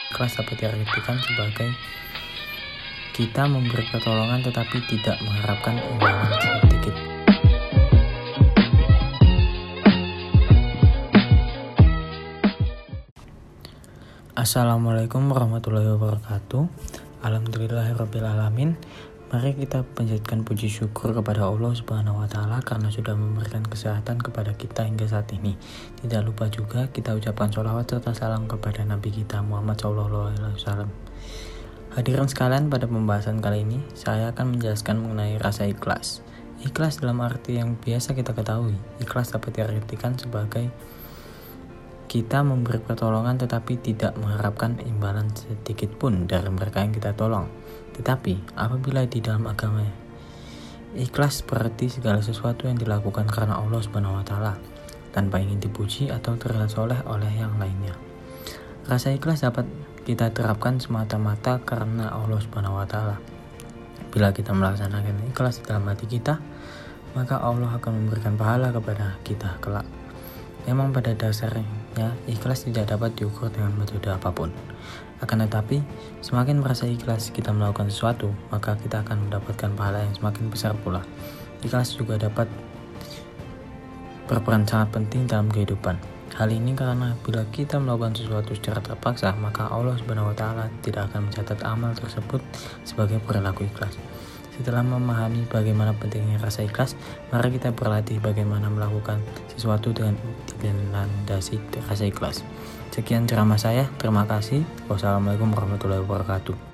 Ikhlas dapat diartikan sebagai kita memberi pertolongan tetapi tidak mengharapkan imbalan sedikit. Assalamualaikum warahmatullahi wabarakatuh. Alhamdulillahirrabbilalamin. Mari kita panjatkan puji syukur kepada Allah Subhanahu wa Ta'ala karena sudah memberikan kesehatan kepada kita hingga saat ini. Tidak lupa juga kita ucapkan sholawat serta salam kepada Nabi kita Muhammad SAW. Hadirin sekalian, pada pembahasan kali ini saya akan menjelaskan mengenai rasa ikhlas. Ikhlas dalam arti yang biasa kita ketahui. Ikhlas dapat diartikan sebagai kita memberi pertolongan tetapi tidak mengharapkan imbalan sedikit pun dari mereka yang kita tolong. Tetapi apabila di dalam agama, ikhlas berarti segala sesuatu yang dilakukan karena Allah Subhanahu wa Ta'ala tanpa ingin dipuji atau terlihat soleh oleh yang lainnya. Rasa ikhlas dapat kita terapkan semata-mata karena Allah Subhanahu wa Ta'ala. Bila kita melaksanakan ikhlas dalam hati kita, maka Allah akan memberikan pahala kepada kita kelak. Memang pada dasarnya ikhlas tidak dapat diukur dengan metode apapun. Akan tetapi, semakin merasa ikhlas kita melakukan sesuatu, maka kita akan mendapatkan pahala yang semakin besar pula. Ikhlas juga dapat berperan sangat penting dalam kehidupan. Hal ini karena bila kita melakukan sesuatu secara terpaksa, maka Allah Subhanahu wa Ta'ala tidak akan mencatat amal tersebut sebagai perilaku ikhlas. Setelah memahami bagaimana pentingnya rasa ikhlas, mari kita berlatih bagaimana melakukan sesuatu dengan dilandasi rasa ikhlas. Sekian ceramah saya, terima kasih. Wassalamualaikum warahmatullahi wabarakatuh.